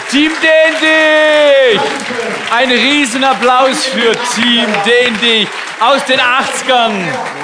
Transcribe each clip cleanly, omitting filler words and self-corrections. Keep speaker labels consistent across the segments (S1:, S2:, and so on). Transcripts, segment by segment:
S1: Team Dehn dich! Ein Riesenapplaus für Team Dehn dich aus den 80ern.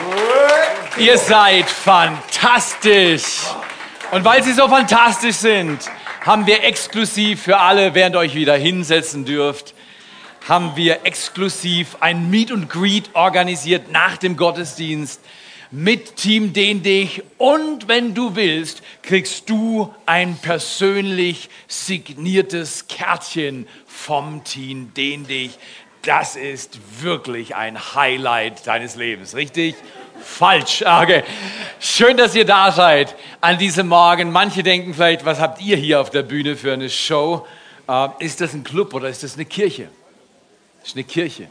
S1: Ihr seid fantastisch. Und weil sie so fantastisch sind, haben wir exklusiv für alle, während ihr euch wieder hinsetzen dürft, haben wir exklusiv ein Meet and Greet organisiert nach dem Gottesdienst mit Team Dehn dich. Und wenn du willst, kriegst du ein persönlich signiertes Kärtchen vom Team Dehn dich. Das ist wirklich ein Highlight deines Lebens, richtig? Falsch. Okay. Schön, dass ihr da seid an diesem Morgen. Manche denken vielleicht, was habt ihr hier auf der Bühne für eine Show? Ist das ein Club oder ist das eine Kirche? Das ist eine Kirche.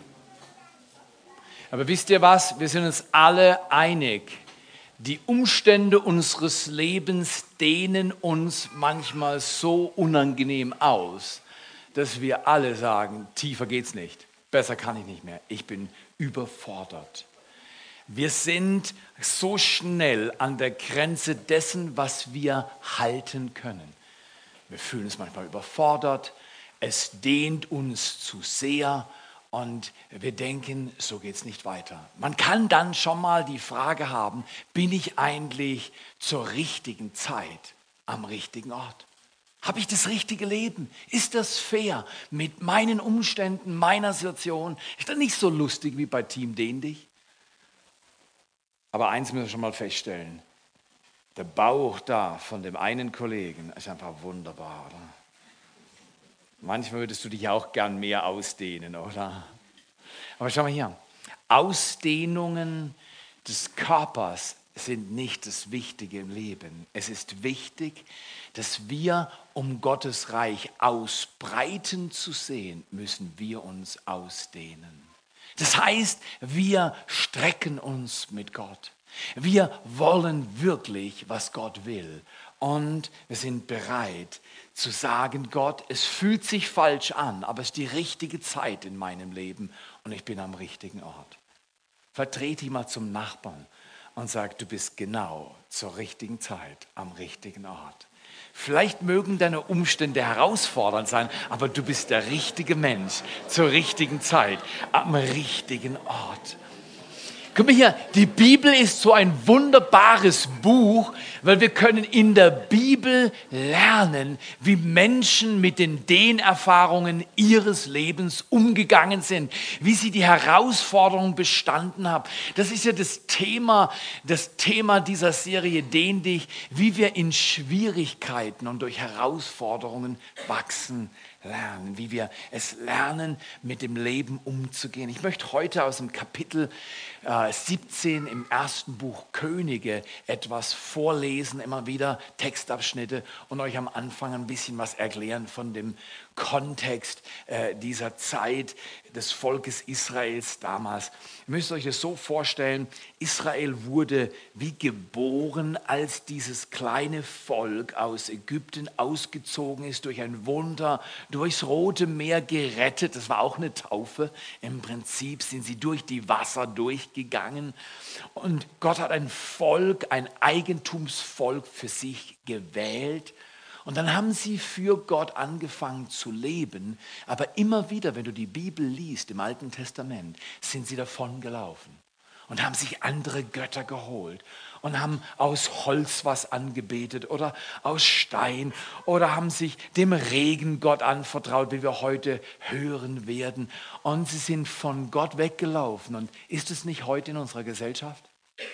S1: Aber wisst ihr was? Wir sind uns alle einig. Die Umstände unseres Lebens dehnen uns manchmal so unangenehm aus, dass wir alle sagen, tiefer geht's nicht. Besser kann ich nicht mehr. Ich bin überfordert. Wir sind so schnell an der Grenze dessen, was wir halten können. Wir fühlen uns manchmal überfordert. Es dehnt uns zu sehr. Und wir denken, so geht es nicht weiter. Man kann dann schon mal die Frage haben, bin ich eigentlich zur richtigen Zeit am richtigen Ort? Habe ich das richtige Leben? Ist das fair mit meinen Umständen, meiner Situation? Ist das nicht so lustig wie bei Team Dehn dich? Aber eins müssen wir schon mal feststellen, der Bauch da von dem einen Kollegen ist einfach wunderbar, oder? Manchmal würdest du dich auch gern mehr ausdehnen, oder? Aber schau mal hier. Ausdehnungen des Körpers sind nicht das Wichtige im Leben. Es ist wichtig, dass wir, um Gottes Reich ausbreiten zu sehen, müssen wir uns ausdehnen. Das heißt, wir strecken uns mit Gott. Wir wollen wirklich, was Gott will. Und wir sind bereit zu sagen, Gott, es fühlt sich falsch an, aber es ist die richtige Zeit in meinem Leben und ich bin am richtigen Ort. Verdreh dich mal zum Nachbarn und sag, du bist genau zur richtigen Zeit am richtigen Ort. Vielleicht mögen deine Umstände herausfordernd sein, aber du bist der richtige Mensch zur richtigen Zeit am richtigen Ort. Guck mal hier, die Bibel ist so ein wunderbares Buch, weil wir können in der Bibel lernen, wie Menschen mit den Dehnerfahrungen ihres Lebens umgegangen sind, wie sie die Herausforderungen bestanden haben. Das ist ja das Thema dieser Serie Dehn dich, wie wir in Schwierigkeiten und durch Herausforderungen wachsen lernen, wie wir es lernen, mit dem Leben umzugehen. Ich möchte heute aus dem Kapitel 17 im ersten Buch Könige etwas vorlesen, immer wieder Textabschnitte und euch am Anfang ein bisschen was erklären von dem Kontext dieser Zeit des Volkes Israels damals. Ihr müsst euch das so vorstellen, Israel wurde wie geboren, als dieses kleine Volk aus Ägypten ausgezogen ist, durch ein Wunder, durchs Rote Meer gerettet. Das war auch eine Taufe. Im Prinzip sind sie durch die Wasser durchgegangen. Und Gott hat ein Volk, ein Eigentumsvolk für sich gewählt. Und dann haben sie für Gott angefangen zu leben. Aber immer wieder, wenn du die Bibel liest im Alten Testament, sind sie davon gelaufen und haben sich andere Götter geholt und haben aus Holz was angebetet oder aus Stein oder haben sich dem Regengott anvertraut, wie wir heute hören werden. Und sie sind von Gott weggelaufen. Und ist es nicht heute in unserer Gesellschaft?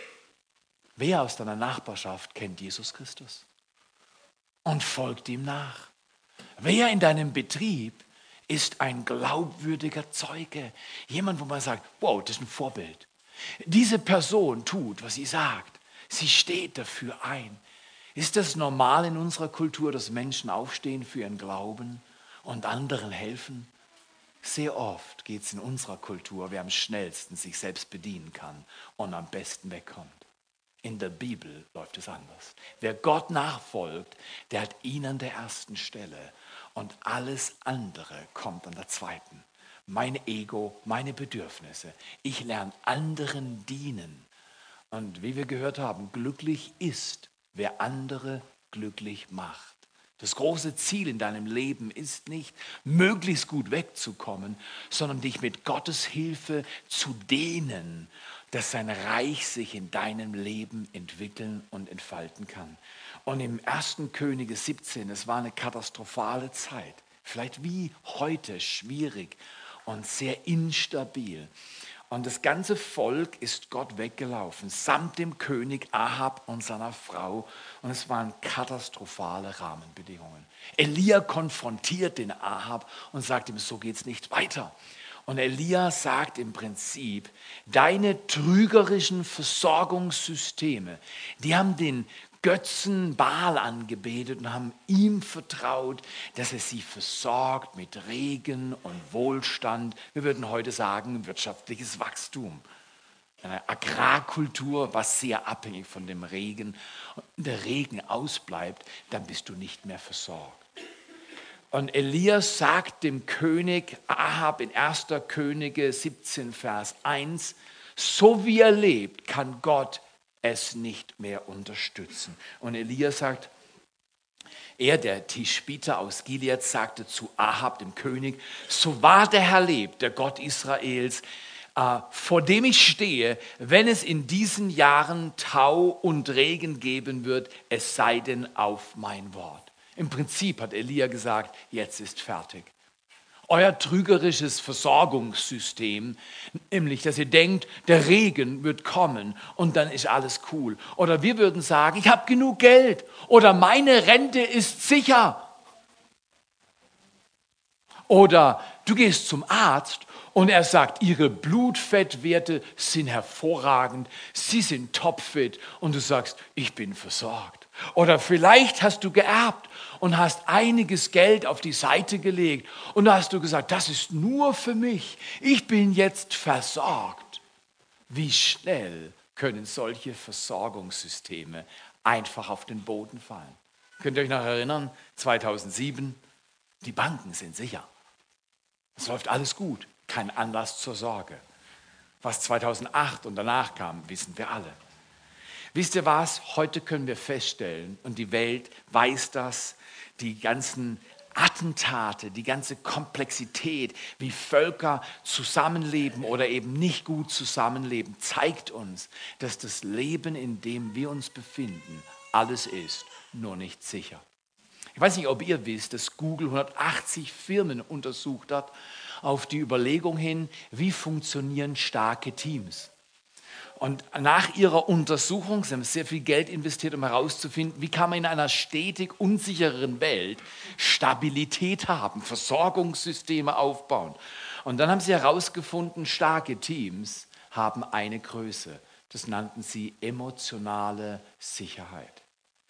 S1: Wer aus deiner Nachbarschaft kennt Jesus Christus und folgt ihm nach? Wer in deinem Betrieb ist ein glaubwürdiger Zeuge? Jemand, wo man sagt, wow, das ist ein Vorbild. Diese Person tut, was sie sagt. Sie steht dafür ein. Ist das normal in unserer Kultur, dass Menschen aufstehen für ihren Glauben und anderen helfen? Sehr oft geht es in unserer Kultur, wer am schnellsten sich selbst bedienen kann und am besten wegkommt. In der Bibel läuft es anders. Wer Gott nachfolgt, der hat ihn an der ersten Stelle und alles andere kommt an der zweiten. Mein Ego, meine Bedürfnisse. Ich lerne anderen dienen. Und wie wir gehört haben, glücklich ist, wer andere glücklich macht. Das große Ziel in deinem Leben ist nicht, möglichst gut wegzukommen, sondern dich mit Gottes Hilfe zu dehnen, dass sein Reich sich in deinem Leben entwickeln und entfalten kann. Und im 1. Könige 17, es war eine katastrophale Zeit, vielleicht wie heute, schwierig und sehr instabil. Und das ganze Volk ist Gott weggelaufen, samt dem König Ahab und seiner Frau. Und es waren katastrophale Rahmenbedingungen. Elia konfrontiert den Ahab und sagt ihm, so geht es nicht weiter. Und Elia sagt im Prinzip, deine trügerischen Versorgungssysteme, die haben den Götzen Baal angebetet und haben ihm vertraut, dass er sie versorgt mit Regen und Wohlstand. Wir würden heute sagen, wirtschaftliches Wachstum. Eine Agrarkultur war sehr abhängig von dem Regen. Und wenn der Regen ausbleibt, dann bist du nicht mehr versorgt. Und Elia sagt dem König Ahab in 1. Könige 17, Vers 1, so wie er lebt, kann Gott es nicht mehr unterstützen. Und Elia sagt, der Tischbiter aus Gilead, sagte zu Ahab, dem König, so wahr der Herr lebt, der Gott Israels, vor dem ich stehe, wenn es in diesen Jahren Tau und Regen geben wird, es sei denn auf mein Wort. Im Prinzip hat Elia gesagt, jetzt ist fertig. Euer trügerisches Versorgungssystem, nämlich, dass ihr denkt, der Regen wird kommen und dann ist alles cool. Oder wir würden sagen, ich habe genug Geld oder meine Rente ist sicher. Oder du gehst zum Arzt und er sagt, ihre Blutfettwerte sind hervorragend, sie sind topfit und du sagst, ich bin versorgt. Oder vielleicht hast du geerbt und hast einiges Geld auf die Seite gelegt und da hast du gesagt, das ist nur für mich, ich bin jetzt versorgt. Wie schnell können solche Versorgungssysteme einfach auf den Boden fallen? Könnt ihr euch noch erinnern, 2007, die Banken sind sicher. Es läuft alles gut, kein Anlass zur Sorge. Was 2008 und danach kam, wissen wir alle. Wisst ihr was? Heute können wir feststellen, und die Welt weiß das, die ganzen Attentate, die ganze Komplexität, wie Völker zusammenleben oder eben nicht gut zusammenleben, zeigt uns, dass das Leben, in dem wir uns befinden, alles ist, nur nicht sicher. Ich weiß nicht, ob ihr wisst, dass Google 180 Firmen untersucht hat, auf die Überlegung hin, wie funktionieren starke Teams. Und nach ihrer Untersuchung, sie haben sehr viel Geld investiert, um herauszufinden, wie kann man in einer stetig unsicheren Welt Stabilität haben, Versorgungssysteme aufbauen. Und dann haben sie herausgefunden, starke Teams haben eine Größe. Das nannten sie emotionale Sicherheit.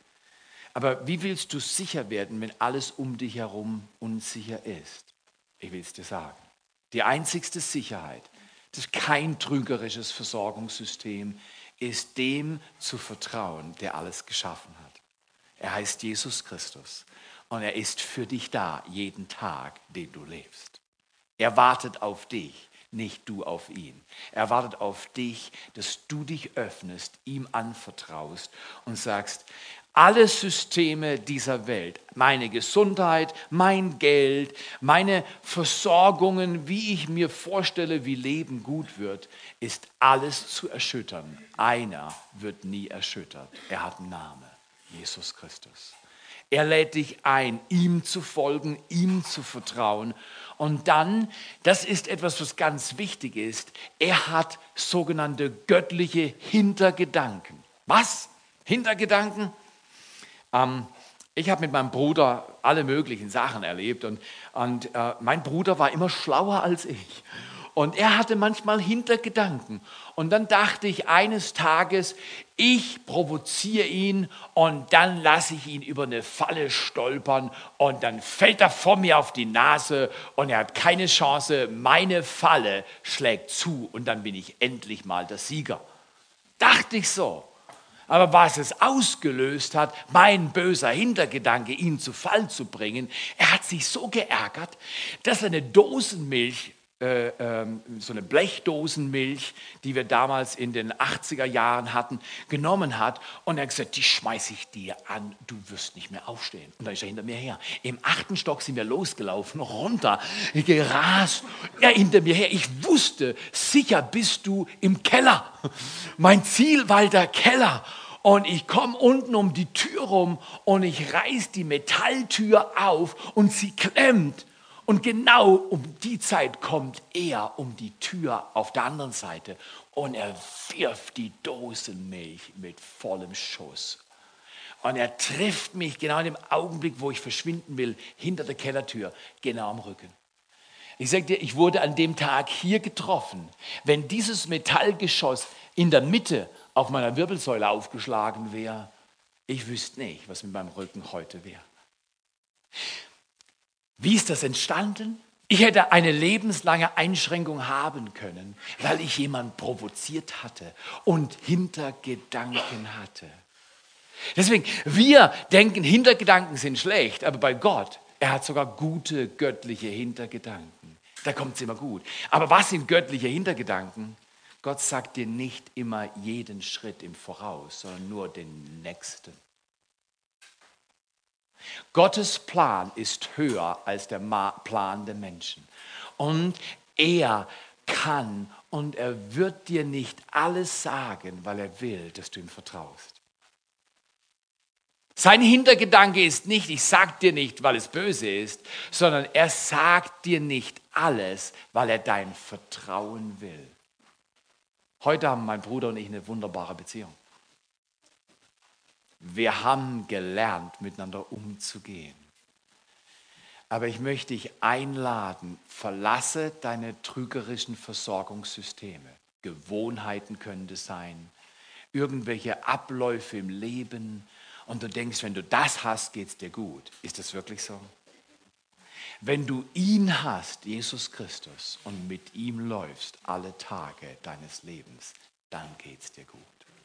S1: Aber wie willst du sicher werden, wenn alles um dich herum unsicher ist? Ich will es dir sagen. Die einzigste Sicherheit, das ist kein trügerisches Versorgungssystem, ist dem zu vertrauen, der alles geschaffen hat. Er heißt Jesus Christus und er ist für dich da, jeden Tag, den du lebst. Er wartet auf dich, nicht du auf ihn. Er wartet auf dich, dass du dich öffnest, ihm anvertraust und sagst, alle Systeme dieser Welt, meine Gesundheit, mein Geld, meine Versorgungen, wie ich mir vorstelle, wie Leben gut wird, ist alles zu erschüttern. Einer wird nie erschüttert. Er hat einen Namen, Jesus Christus. Er lädt dich ein, ihm zu folgen, ihm zu vertrauen. Und dann, das ist etwas, was ganz wichtig ist, er hat sogenannte göttliche Hintergedanken. Was? Hintergedanken? Ich habe mit meinem Bruder alle möglichen Sachen erlebt und mein Bruder war immer schlauer als ich. Und er hatte manchmal Hintergedanken. Und dann dachte ich eines Tages, ich provoziere ihn und dann lasse ich ihn über eine Falle stolpern und dann fällt er vor mir auf die Nase und er hat keine Chance. Meine Falle schlägt zu und dann bin ich endlich mal der Sieger. Dachte ich so. Aber was es ausgelöst hat, mein böser Hintergedanke, ihn zu Fall zu bringen, er hat sich so geärgert, dass er eine Dosenmilch so eine Blechdosenmilch, die wir damals in den 80er Jahren hatten, genommen hat. Und er hat gesagt, die schmeiße ich dir an, du wirst nicht mehr aufstehen. Und dann ist er hinter mir her. Im 8. Stock sind wir losgelaufen, runter, gerast, er hinter mir her. Ich wusste, sicher bist du im Keller. Mein Ziel war der Keller. Und ich komme unten um die Tür rum und ich reiß die Metalltür auf und sie klemmt. Und genau um die Zeit kommt er um die Tür auf der anderen Seite und er wirft die Dosenmilch mit vollem Schuss. Und er trifft mich genau in dem Augenblick, wo ich verschwinden will, hinter der Kellertür, genau am Rücken. Ich sage dir, ich wurde an dem Tag hier getroffen. Wenn dieses Metallgeschoss in der Mitte auf meiner Wirbelsäule aufgeschlagen wäre, ich wüsste nicht, was mit meinem Rücken heute wäre. Wie ist das entstanden? Ich hätte eine lebenslange Einschränkung haben können, weil ich jemanden provoziert hatte und Hintergedanken hatte. Deswegen, wir denken, Hintergedanken sind schlecht, aber bei Gott, er hat sogar gute göttliche Hintergedanken. Da kommt es immer gut. Aber was sind göttliche Hintergedanken? Gott sagt dir nicht immer jeden Schritt im Voraus, sondern nur den nächsten. Gottes Plan ist höher als der Plan der Menschen. Und er kann und er wird dir nicht alles sagen, weil er will, dass du ihm vertraust. Sein Hintergedanke ist nicht, ich sag dir nicht, weil es böse ist, sondern er sagt dir nicht alles, weil er dein Vertrauen will. Heute haben mein Bruder und ich eine wunderbare Beziehung. Wir haben gelernt, miteinander umzugehen. Aber ich möchte dich einladen, verlasse deine trügerischen Versorgungssysteme. Gewohnheiten können das sein, irgendwelche Abläufe im Leben. Und du denkst, wenn du das hast, geht es dir gut. Ist das wirklich so? Wenn du ihn hast, Jesus Christus, und mit ihm läufst alle Tage deines Lebens, dann geht es dir gut.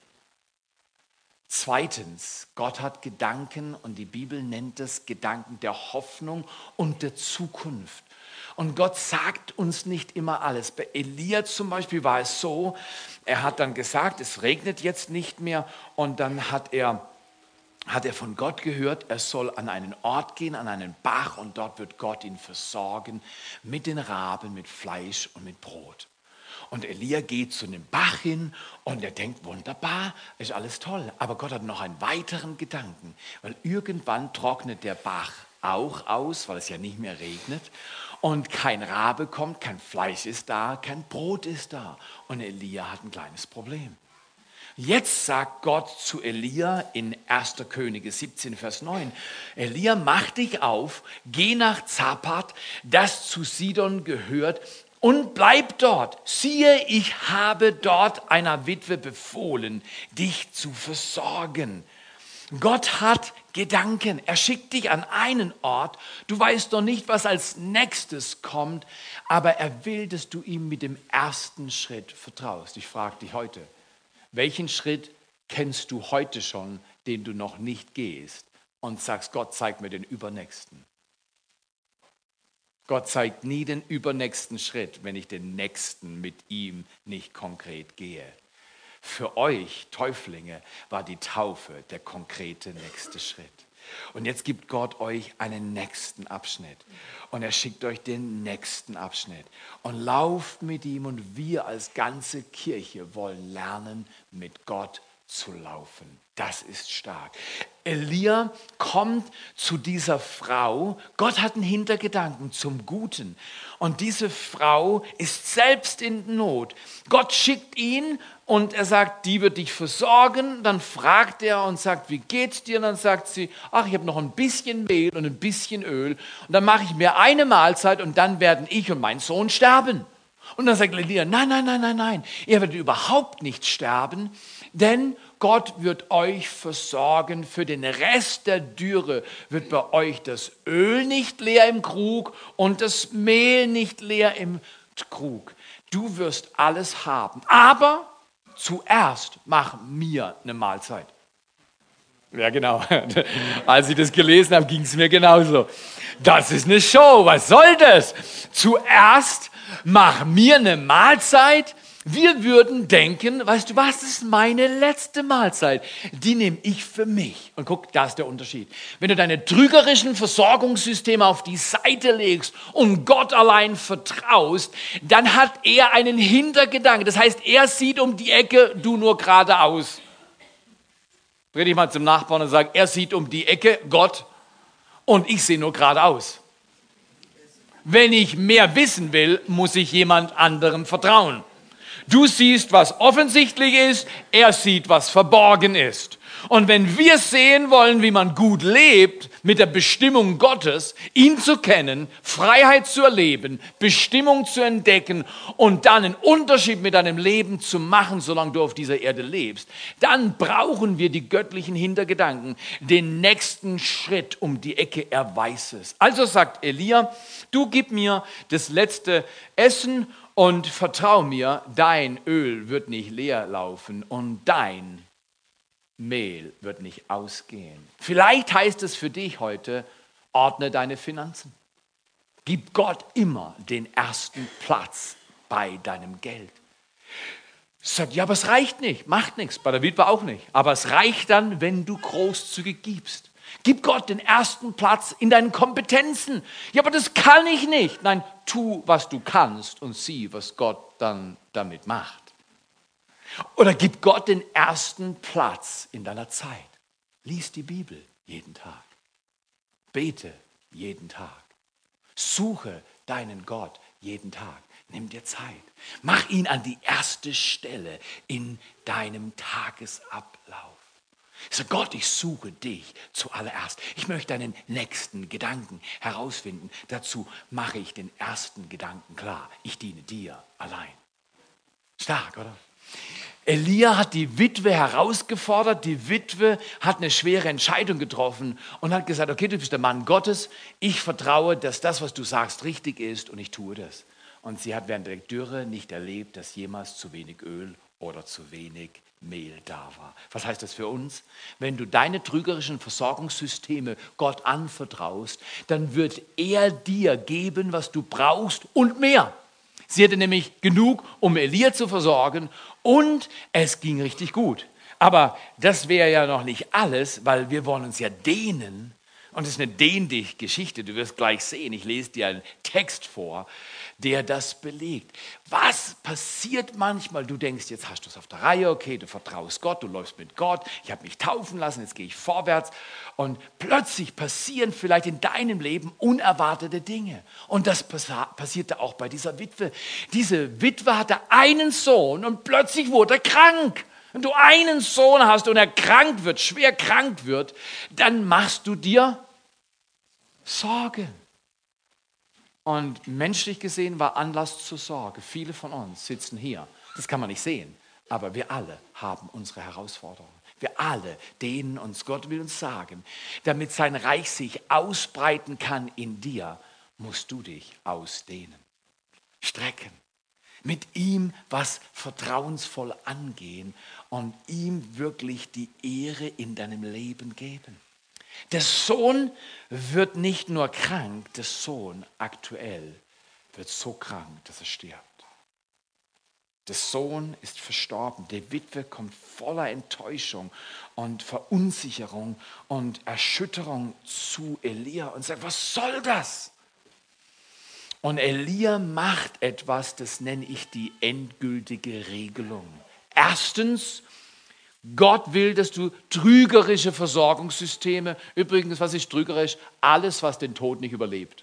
S1: Zweitens, Gott hat Gedanken und die Bibel nennt es Gedanken der Hoffnung und der Zukunft. Und Gott sagt uns nicht immer alles. Bei Elia zum Beispiel war es so, er hat dann gesagt, es regnet jetzt nicht mehr und dann hat er von Gott gehört, er soll an einen Ort gehen, an einen Bach und dort wird Gott ihn versorgen mit den Raben, mit Fleisch und mit Brot. Und Elia geht zu dem Bach hin und er denkt, wunderbar, ist alles toll. Aber Gott hat noch einen weiteren Gedanken, weil irgendwann trocknet der Bach auch aus, weil es ja nicht mehr regnet. Und kein Rabe kommt, kein Fleisch ist da, kein Brot ist da. Und Elia hat ein kleines Problem. Jetzt sagt Gott zu Elia in 1. Könige 17, Vers 9, Elia, mach dich auf, geh nach Zapat, das zu Sidon gehört, und bleib dort. Siehe, ich habe dort einer Witwe befohlen, dich zu versorgen. Gott hat Gedanken. Er schickt dich an einen Ort. Du weißt noch nicht, was als nächstes kommt, aber er will, dass du ihm mit dem ersten Schritt vertraust. Ich frage dich heute, welchen Schritt kennst du heute schon, den du noch nicht gehst und sagst, Gott, zeig mir den übernächsten? Gott zeigt nie den übernächsten Schritt, wenn ich den nächsten mit ihm nicht konkret gehe. Für euch Täuflinge war die Taufe der konkrete nächste Schritt. Und jetzt gibt Gott euch einen nächsten Abschnitt. Und er schickt euch den nächsten Abschnitt. Und lauft mit ihm und wir als ganze Kirche wollen lernen, mit Gott zu laufen. Das ist stark. Elia kommt zu dieser Frau. Gott hat einen Hintergedanken zum Guten. Und diese Frau ist selbst in Not. Gott schickt ihn und er sagt, die wird dich versorgen. Dann fragt er und sagt, wie geht's dir? Und dann sagt sie, ach, ich habe noch ein bisschen Mehl und ein bisschen Öl. Und dann mache ich mir eine Mahlzeit und dann werden ich und mein Sohn sterben. Und dann sagt Elia, nein, ihr werdet überhaupt nicht sterben, denn Gott wird euch versorgen. Für den Rest der Dürre wird bei euch das Öl nicht leer im Krug und das Mehl nicht leer im Krug. Du wirst alles haben, aber zuerst mach mir eine Mahlzeit. Ja, genau. Als ich das gelesen habe, ging es mir genauso. Das ist eine Show, was soll das? Zuerst mach mir eine Mahlzeit. Wir würden denken, weißt du was, das ist meine letzte Mahlzeit. Die nehme ich für mich. Und guck, da ist der Unterschied. Wenn du deine trügerischen Versorgungssysteme auf die Seite legst und Gott allein vertraust, dann hat er einen Hintergedanken. Das heißt, er sieht um die Ecke, du nur geradeaus. Dreh dich mal zum Nachbarn und sag, er sieht um die Ecke, Gott, und ich sehe nur geradeaus. Wenn ich mehr wissen will, muss ich jemand anderem vertrauen. Du siehst, was offensichtlich ist, er sieht, was verborgen ist. Und wenn wir sehen wollen, wie man gut lebt, mit der Bestimmung Gottes, ihn zu kennen, Freiheit zu erleben, Bestimmung zu entdecken und dann einen Unterschied mit deinem Leben zu machen, solange du auf dieser Erde lebst, dann brauchen wir die göttlichen Hintergedanken, den nächsten Schritt um die Ecke, er weiß es. Also sagt Elia, du gib mir das letzte Essen und vertrau mir, dein Öl wird nicht leer laufen und dein Mehl wird nicht ausgehen. Vielleicht heißt es für dich heute, ordne deine Finanzen. Gib Gott immer den ersten Platz bei deinem Geld. Sagt, ja, aber es reicht nicht, macht nichts, bei der Witwe auch nicht. Aber es reicht dann, wenn du großzügig gibst. Gib Gott den ersten Platz in deinen Kompetenzen. Ja, aber das kann ich nicht. Nein, tu, was du kannst und sieh, was Gott dann damit macht. Oder gib Gott den ersten Platz in deiner Zeit. Lies die Bibel jeden Tag. Bete jeden Tag. Suche deinen Gott jeden Tag. Nimm dir Zeit. Mach ihn an die erste Stelle in deinem Tagesablauf. Ich sage, Gott, ich suche dich zuallererst. Ich möchte deinen nächsten Gedanken herausfinden. Dazu mache ich den ersten Gedanken klar. Ich diene dir allein. Stark, oder? Elia hat die Witwe herausgefordert. Die Witwe hat eine schwere Entscheidung getroffen und hat gesagt, okay, du bist der Mann Gottes. Ich vertraue, dass das, was du sagst, richtig ist und ich tue das. Und sie hat während der Dürre nicht erlebt, dass jemals zu wenig Öl oder zu wenig Mehl da war. Was heißt das für uns? Wenn du deine trügerischen Versorgungssysteme Gott anvertraust, dann wird er dir geben, was du brauchst und mehr. Sie hatte nämlich genug, um Elia zu versorgen und es ging richtig gut. Aber das wäre ja noch nicht alles, weil wir wollen uns ja dehnen. Und es ist eine Dehn-dich-Geschichte. Du wirst gleich sehen, ich lese dir einen Text vor, der das belegt. Was passiert manchmal? Du denkst, jetzt hast du es auf der Reihe, okay, du vertraust Gott, du läufst mit Gott, ich habe mich taufen lassen, jetzt gehe ich vorwärts. Und plötzlich passieren vielleicht in deinem Leben unerwartete Dinge. Und das passierte auch bei dieser Witwe. Diese Witwe hatte einen Sohn und plötzlich wurde er krank. Wenn du einen Sohn hast und er krank wird, schwer krank wird, dann machst du dir Sorgen. Und menschlich gesehen war Anlass zur Sorge. Viele von uns sitzen hier. Das kann man nicht sehen. Aber wir alle haben unsere Herausforderungen. Wir alle dehnen uns. Gott will uns sagen, damit sein Reich sich ausbreiten kann in dir, musst du dich ausdehnen. Strecken. Mit ihm was vertrauensvoll angehen und ihm wirklich die Ehre in deinem Leben geben. Der Sohn wird nicht nur krank, der Sohn aktuell wird so krank, dass er stirbt. Der Sohn ist verstorben, die Witwe kommt voller Enttäuschung und Verunsicherung und Erschütterung zu Elia und sagt, was soll das? Und Elia macht etwas, das nenne ich die endgültige Regelung. Erstens, Gott will, dass du trügerische Versorgungssysteme, übrigens, was ist trügerisch? Alles, was den Tod nicht überlebt.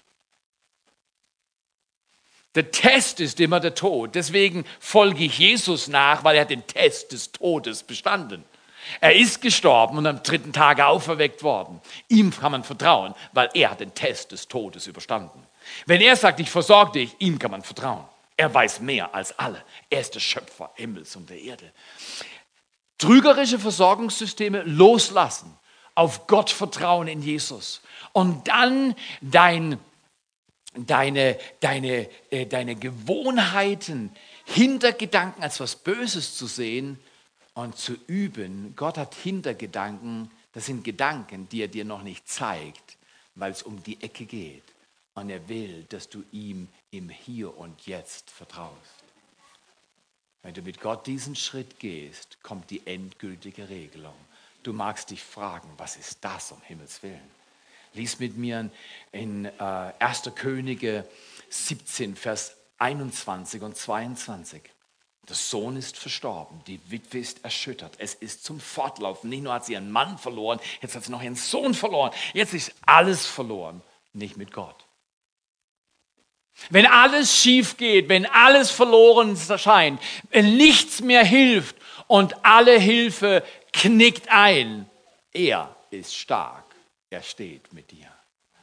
S1: Der Test ist immer der Tod. Deswegen folge ich Jesus nach, weil er den Test des Todes bestanden. Er ist gestorben und am 3. Tage auferweckt worden. Ihm kann man vertrauen, weil er hat den Test des Todes überstanden. Wenn er sagt, ich versorge dich, ihm kann man vertrauen. Er weiß mehr als alle. Er ist der Schöpfer Himmels und der Erde. Trügerische Versorgungssysteme loslassen, auf Gott vertrauen in Jesus und dann deine Gewohnheiten, Hintergedanken als was Böses zu sehen und zu üben. Gott hat Hintergedanken, das sind Gedanken, die er dir noch nicht zeigt, weil es um die Ecke geht. Und er will, dass du ihm im Hier und Jetzt vertraust. Wenn du mit Gott diesen Schritt gehst, kommt die endgültige Regelung. Du magst dich fragen, was ist das um Himmels Willen? Lies mit mir in 1. Könige 17, Vers 21 und 22. Der Sohn ist verstorben, die Witwe ist erschüttert. Es ist zum Fortlaufen. Nicht nur hat sie ihren Mann verloren, jetzt hat sie noch ihren Sohn verloren. Jetzt ist alles verloren, nicht mit Gott. Wenn alles schief geht, wenn alles verloren erscheint, wenn nichts mehr hilft und alle Hilfe knickt ein, er ist stark, er steht mit dir.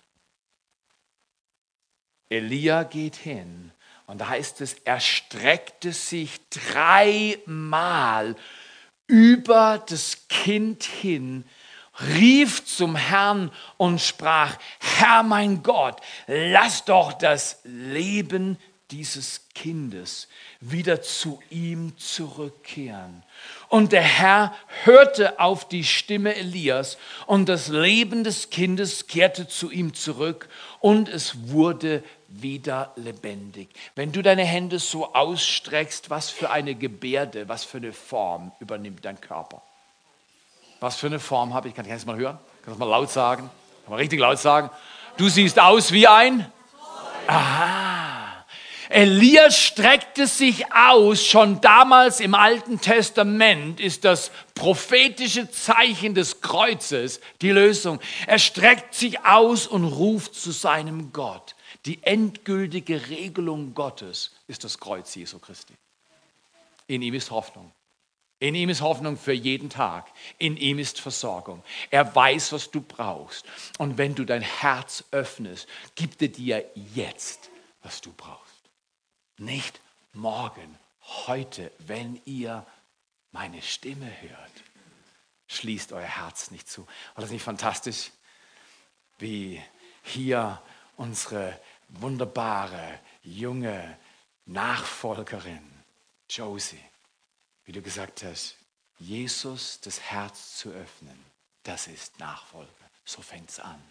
S1: Elia geht hin und da heißt es, er streckte sich 3-mal über das Kind hin, rief zum Herrn und sprach, Herr mein Gott, lass doch das Leben dieses Kindes wieder zu ihm zurückkehren. Und der Herr hörte auf die Stimme Elias und das Leben des Kindes kehrte zu ihm zurück und es wurde wieder lebendig. Wenn du deine Hände so ausstreckst, was für eine Gebärde, was für eine Form übernimmt dein Körper? Was für eine Form habe ich? Kann ich das mal hören? Kann das mal laut sagen? Kann man richtig laut sagen? Du siehst aus wie ein? Aha. Elias streckte sich aus. Schon damals im Alten Testament ist das prophetische Zeichen des Kreuzes die Lösung. Er streckt sich aus und ruft zu seinem Gott. Die endgültige Regelung Gottes ist das Kreuz Jesu Christi. In ihm ist Hoffnung. In ihm ist Hoffnung für jeden Tag. In ihm ist Versorgung. Er weiß, was du brauchst. Und wenn du dein Herz öffnest, gibt er dir jetzt, was du brauchst. Nicht morgen, heute, wenn ihr meine Stimme hört. Schließt euer Herz nicht zu. War das nicht fantastisch, wie hier unsere wunderbare, junge Nachfolgerin Josie, wie du gesagt hast, Jesus das Herz zu öffnen, das ist Nachfolge. So fängt es an.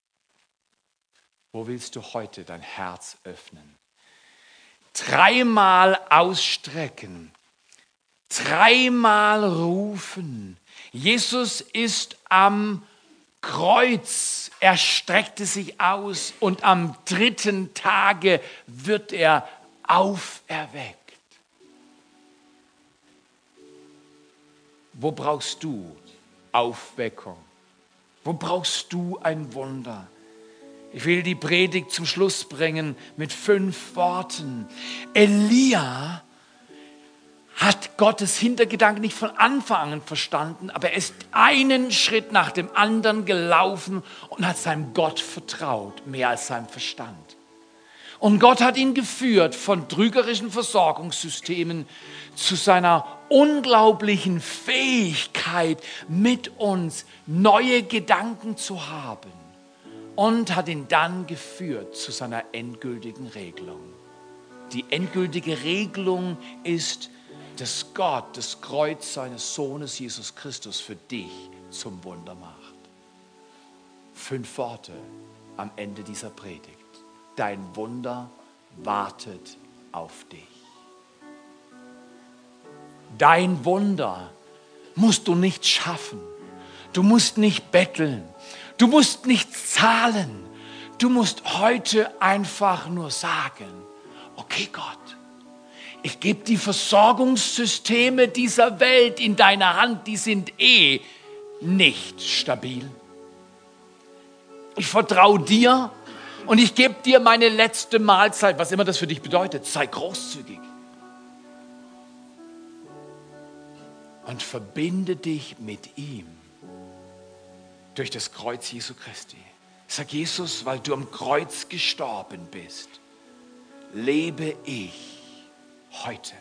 S1: Wo willst du heute dein Herz öffnen? 3-mal ausstrecken, 3-mal rufen. Jesus ist am Kreuz. Er streckte sich aus und am 3. Tage wird er auferweckt. Wo brauchst du Aufweckung? Wo brauchst du ein Wunder? Ich will die Predigt zum Schluss bringen mit 5 Worten. Elia hat Gottes Hintergedanken nicht von Anfang an verstanden, aber er ist einen Schritt nach dem anderen gelaufen und hat seinem Gott vertraut, mehr als seinem Verstand. Und Gott hat ihn geführt von trügerischen Versorgungssystemen zu seiner unglaublichen Fähigkeit, mit uns neue Gedanken zu haben. Und hat ihn dann geführt zu seiner endgültigen Regelung. Die endgültige Regelung ist, dass Gott das Kreuz seines Sohnes Jesus Christus für dich zum Wunder macht. 5 Worte am Ende dieser Predigt. Dein Wunder wartet auf dich. Dein Wunder musst du nicht schaffen. Du musst nicht betteln. Du musst nicht zahlen. Du musst heute einfach nur sagen, okay Gott, ich gebe die Versorgungssysteme dieser Welt in deine Hand, die sind nicht stabil. Ich vertraue dir und ich gebe dir meine letzte Mahlzeit, was immer das für dich bedeutet. Sei großzügig. Und verbinde dich mit ihm durch das Kreuz Jesu Christi. Sag Jesus, weil du am Kreuz gestorben bist, lebe ich heute.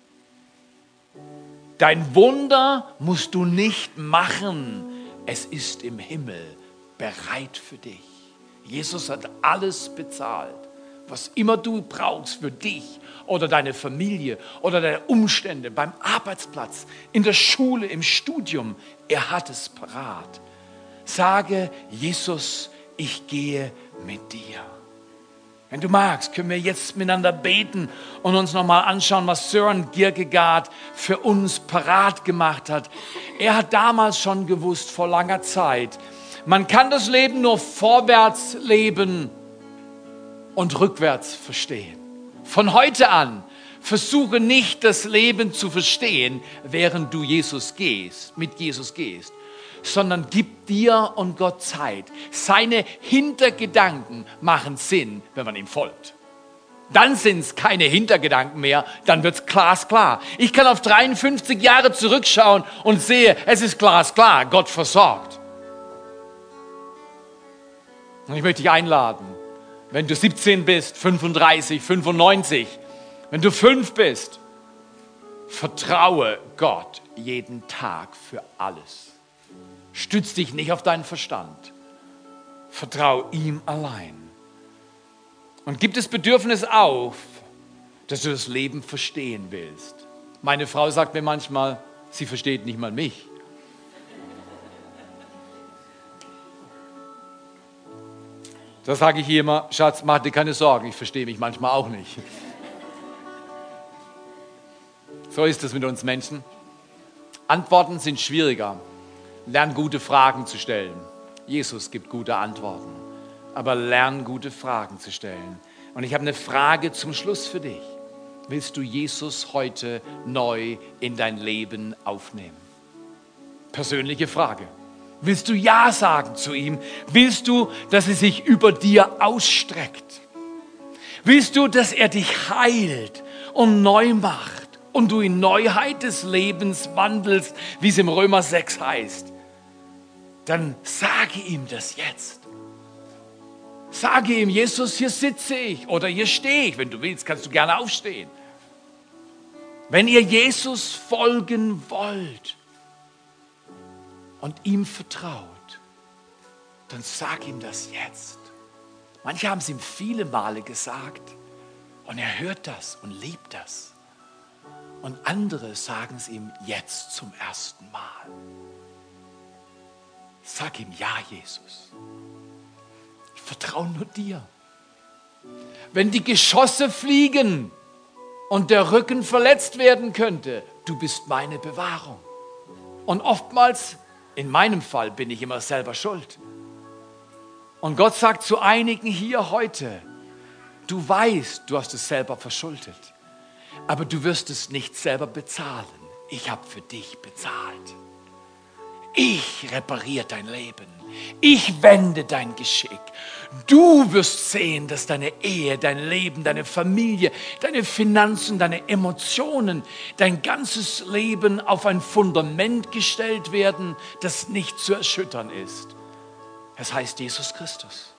S1: Dein Wunder musst du nicht machen. Es ist im Himmel bereit für dich. Jesus hat alles bezahlt, was immer du brauchst für dich oder deine Familie oder deine Umstände beim Arbeitsplatz, in der Schule, im Studium. Er hat es parat. Sage, Jesus, ich gehe mit dir. Wenn du magst, können wir jetzt miteinander beten und uns nochmal anschauen, was Søren Kierkegaard für uns parat gemacht hat. Er hat damals schon gewusst, vor langer Zeit, man kann das Leben nur vorwärts leben und rückwärts verstehen. Von heute an versuche nicht, das Leben zu verstehen, während du mit Jesus gehst, sondern gib dir und Gott Zeit. Seine Hintergedanken machen Sinn, wenn man ihm folgt. Dann sind es keine Hintergedanken mehr, dann wird es glasklar. Ich kann auf 53 Jahre zurückschauen und sehe, es ist glasklar, Gott versorgt. Und ich möchte dich einladen, wenn du 17 bist, 35, 95, wenn du 5 bist, vertraue Gott jeden Tag für alles. Stütz dich nicht auf deinen Verstand. Vertrau ihm allein. Und gib das Bedürfnis auf, dass du das Leben verstehen willst. Meine Frau sagt mir manchmal, sie versteht nicht mal mich. Da sage ich ihr immer, Schatz, mach dir keine Sorgen, ich verstehe mich manchmal auch nicht. So ist es mit uns Menschen. Antworten sind schwieriger. Lern gute Fragen zu stellen. Jesus gibt gute Antworten. Aber lern gute Fragen zu stellen. Und ich habe eine Frage zum Schluss für dich. Willst du Jesus heute neu in dein Leben aufnehmen? Persönliche Frage. Willst du Ja sagen zu ihm? Willst du, dass er sich über dir ausstreckt? Willst du, dass er dich heilt und neu macht und du in Neuheit des Lebens wandelst, wie es im Römer 6 heißt? Dann sage ihm das jetzt. Sage ihm, Jesus, hier sitze ich oder hier stehe ich. Wenn du willst, kannst du gerne aufstehen. Wenn ihr Jesus folgen wollt und ihm vertraut, dann sag ihm das jetzt. Manche haben es ihm viele Male gesagt und er hört das und liebt das. Und andere sagen es ihm jetzt zum ersten Mal. Sag ihm, ja, Jesus. Ich vertraue nur dir. Wenn die Geschosse fliegen und der Rücken verletzt werden könnte, du bist meine Bewahrung. Und oftmals, in meinem Fall, bin ich immer selber schuld. Und Gott sagt zu einigen hier heute, du weißt, du hast es selber verschuldet, aber du wirst es nicht selber bezahlen. Ich habe für dich bezahlt. Ich repariere dein Leben. Ich wende dein Geschick. Du wirst sehen, dass deine Ehe, dein Leben, deine Familie, deine Finanzen, deine Emotionen, dein ganzes Leben auf ein Fundament gestellt werden, das nicht zu erschüttern ist. Es heißt Jesus Christus.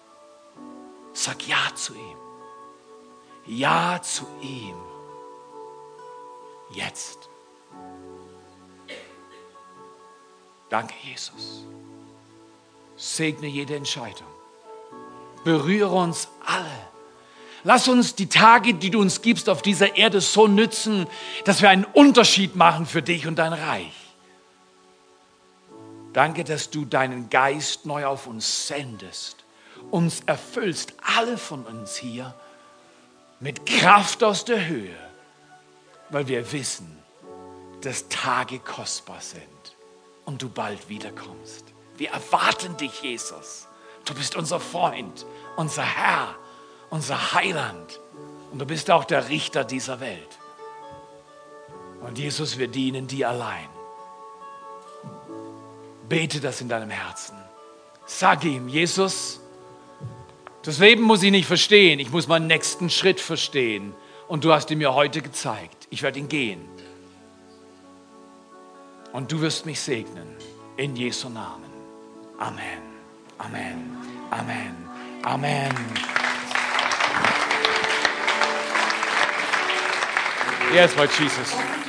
S1: Sag Ja zu ihm. Ja zu ihm. Jetzt. Danke, Jesus. Segne jede Entscheidung. Berühre uns alle. Lass uns die Tage, die du uns gibst auf dieser Erde, so nützen, dass wir einen Unterschied machen für dich und dein Reich. Danke, dass du deinen Geist neu auf uns sendest, uns erfüllst, alle von uns hier, mit Kraft aus der Höhe, weil wir wissen, dass Tage kostbar sind und du bald wiederkommst. Wir erwarten dich, Jesus. Du bist unser Freund, unser Herr, unser Heiland und du bist auch der Richter dieser Welt. Und Jesus, wir dienen dir allein. Bete das in deinem Herzen. Sag ihm, Jesus, das Leben muss ich nicht verstehen, ich muss meinen nächsten Schritt verstehen. Und du hast ihn mir heute gezeigt. Ich werde ihn gehen. Und du wirst mich segnen. In Jesu Namen. Amen. Amen. Amen. Amen. Yes, Lord Jesus.